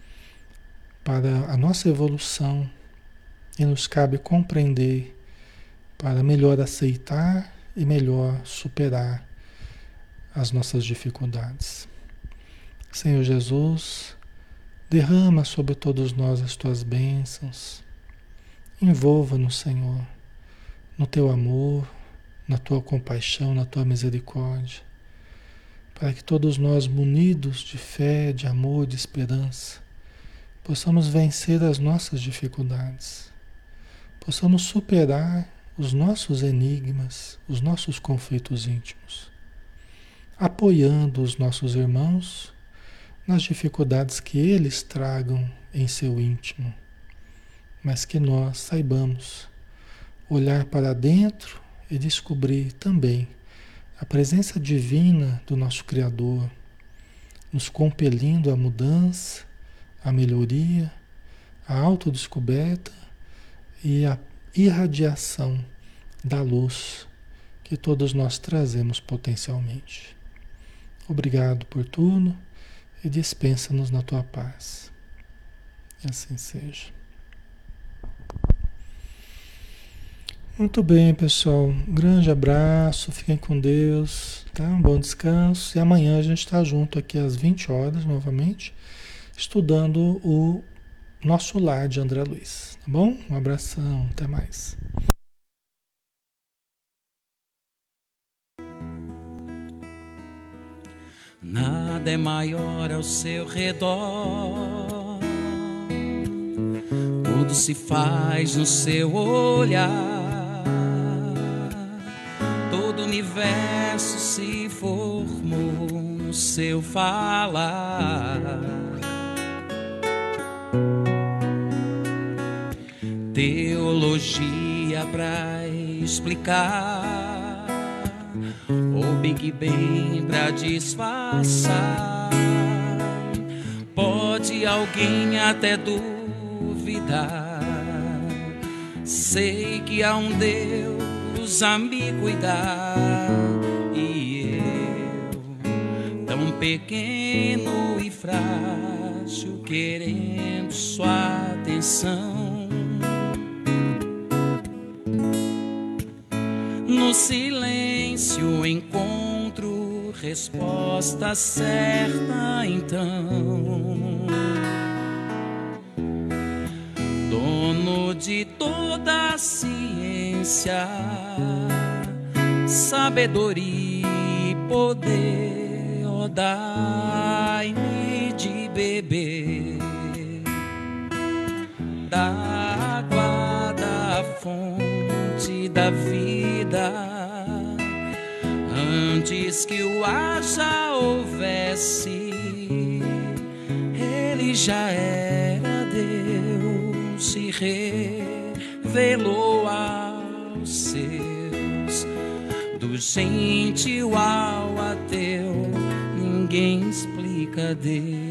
para a nossa evolução e nos cabe compreender para melhor aceitar e melhor superar as nossas dificuldades. Senhor Jesus, derrama sobre todos nós as tuas bênçãos, envolva-nos, Senhor, no teu amor, na tua compaixão, na tua misericórdia, para que todos nós, munidos de fé, de amor, de esperança, possamos vencer as nossas dificuldades, possamos superar os nossos enigmas, os nossos conflitos íntimos, apoiando os nossos irmãos nas dificuldades que eles tragam em seu íntimo, mas que nós saibamos olhar para dentro e descobrir também a presença divina do nosso Criador, nos compelindo à mudança, à melhoria, à autodescoberta e à irradiação da luz que todos nós trazemos potencialmente. Obrigado por tudo e dispensa-nos na tua paz. Que assim seja. Muito bem, pessoal. Um grande abraço, fiquem com Deus, tá? Um bom descanso. E amanhã a gente está junto aqui às 20 horas novamente, estudando o nosso lar de André Luiz, tá bom? Um abração, até mais. Nada é maior ao seu redor, tudo se faz no seu olhar, todo o universo se formou no seu falar. Teologia pra explicar, o Big Bang pra disfarçar. Pode alguém até duvidar, sei que há um Deus a me cuidar. E eu, tão pequeno e frágil, querendo sua atenção. No silêncio encontro resposta certa, então. Dono de toda a ciência, sabedoria e poder, ó, dai-me de beber da água da fonte da vida, antes que o ar já houvesse, ele já era Deus, se revelou aos seus, do gentil ao ateu, ninguém explica Deus.